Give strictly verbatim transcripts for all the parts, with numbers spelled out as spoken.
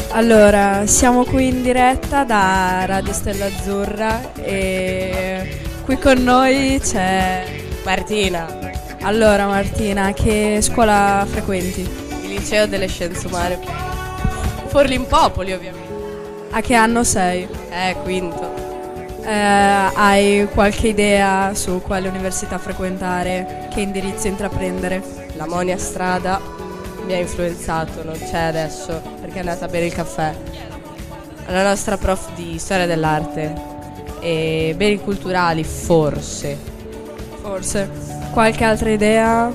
Allora, siamo qui in diretta da Radio Stella Azzurra e qui con noi c'è Martina. Allora Martina, che scuola frequenti? Il liceo delle scienze umane. Forlimpopoli ovviamente. A che anno sei? Eh, quinto. Eh, hai qualche idea su quale università frequentare, che indirizzo intraprendere? La Monia Strada mi ha influenzato, non c'è adesso perché è andata a bere il caffè. La nostra prof di storia dell'arte e beni culturali, forse. Forse. Qualche altra idea?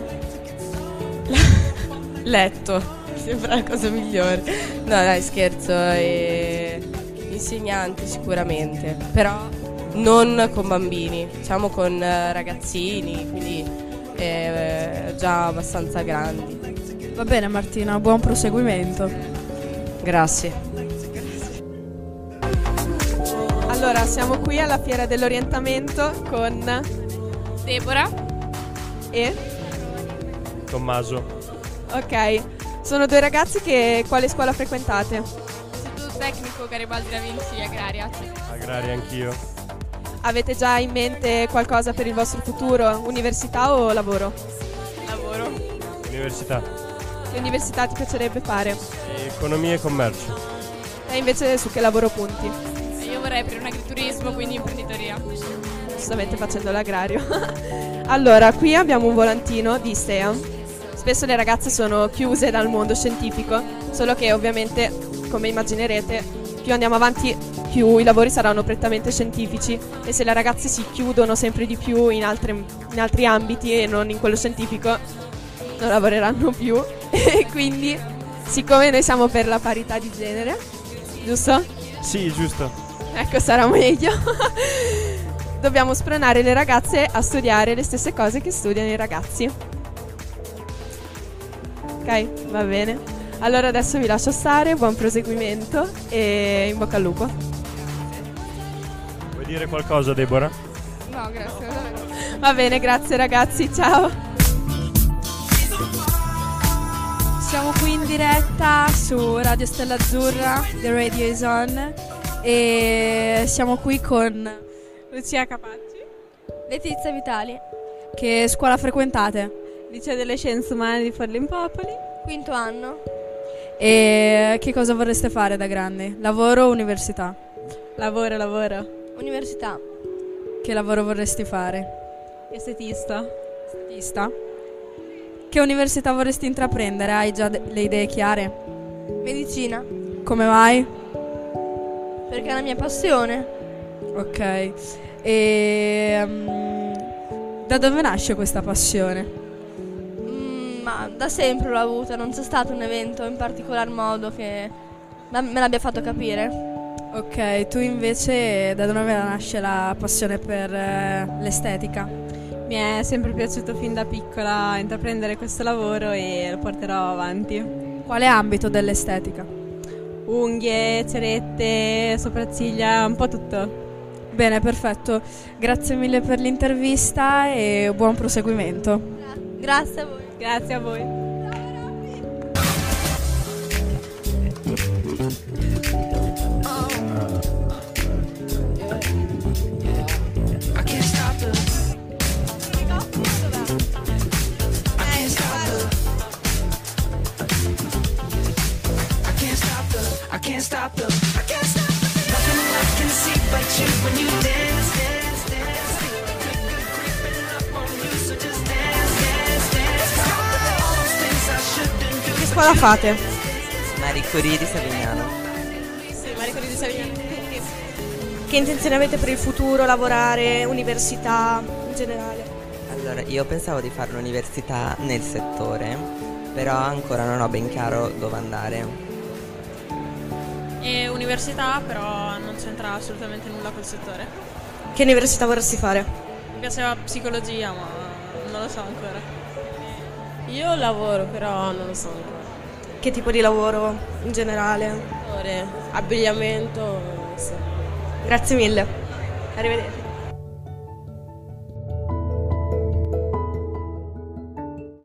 Letto, sembra la cosa migliore. No, dai, scherzo. E... insegnanti sicuramente, però non con bambini, diciamo con ragazzini, quindi eh, già abbastanza grandi. Va bene Martina, buon proseguimento. Grazie. Allora, siamo qui alla Fiera dell'Orientamento con Deborah e Tommaso. ok, sono due ragazzi che quale scuola frequentate? Istituto Tecnico Garibaldi da Vinci Agraria. Agraria anch'io. Avete già in mente qualcosa per il vostro futuro? Università o lavoro? Lavoro. Università. Che università ti piacerebbe fare? Economia e commercio. E invece su che lavoro punti? Io vorrei aprire un agriturismo, quindi imprenditoria. Giustamente facendo l'agrario. Allora, qui abbiamo un volantino di Istea. Spesso le ragazze sono chiuse dal mondo scientifico, solo che ovviamente, come immaginerete, più andiamo avanti più i lavori saranno prettamente scientifici, e se le ragazze si chiudono sempre di più in, altre, in altri ambiti e non in quello scientifico, non lavoreranno più. E quindi, siccome noi siamo per la parità di genere, giusto? Sì, giusto. Ecco, sarà meglio. Dobbiamo spronare le ragazze a studiare le stesse cose che studiano i ragazzi. Ok, va bene. Allora adesso vi lascio stare, buon proseguimento e in bocca al lupo. Vuoi dire qualcosa, Deborah? No, grazie. Va bene, grazie ragazzi, ciao. Siamo qui in diretta su Radio Stella Azzurra, The Radio is on, e siamo qui con Lucia Capacci, Letizia Vitali. Che scuola frequentate? Liceo delle Scienze Umane di Forlimpopoli. Quinto anno. E che cosa vorreste fare da grandi? Lavoro o università? Lavoro, lavoro. Università. Che lavoro vorresti fare? Estetista. Statista? Che università vorresti intraprendere? Hai già de- le idee chiare? Medicina. Come mai? Perché è la mia passione. Ok. E um, da dove nasce questa passione? Mm, ma da sempre l'ho avuta, non c'è stato un evento in particolar modo che me me l'abbia fatto capire. Ok, tu invece da dove nasce la passione per eh, l'estetica? Mi è sempre piaciuto fin da piccola intraprendere questo lavoro e lo porterò avanti. Quale ambito dell'estetica? Unghie, cerette, sopracciglia, un po' tutto. Bene, perfetto. Grazie mille per l'intervista e buon proseguimento. Grazie a voi. Grazie a voi. Che scuola fate? Marie Curie di Savignano. Sì, Marie Curie di Savignano. Che intenzione avete per il futuro, lavorare, università in generale? Allora, io pensavo di fare l'università nel settore, però ancora non ho ben chiaro dove andare. E università, però non c'entra assolutamente nulla col settore. Che università vorresti fare? Mi piaceva psicologia, ma non lo so ancora. Io lavoro, però non lo so ancora. Che tipo di lavoro in generale? Ore, abbigliamento, sì. Grazie mille. Arrivederci.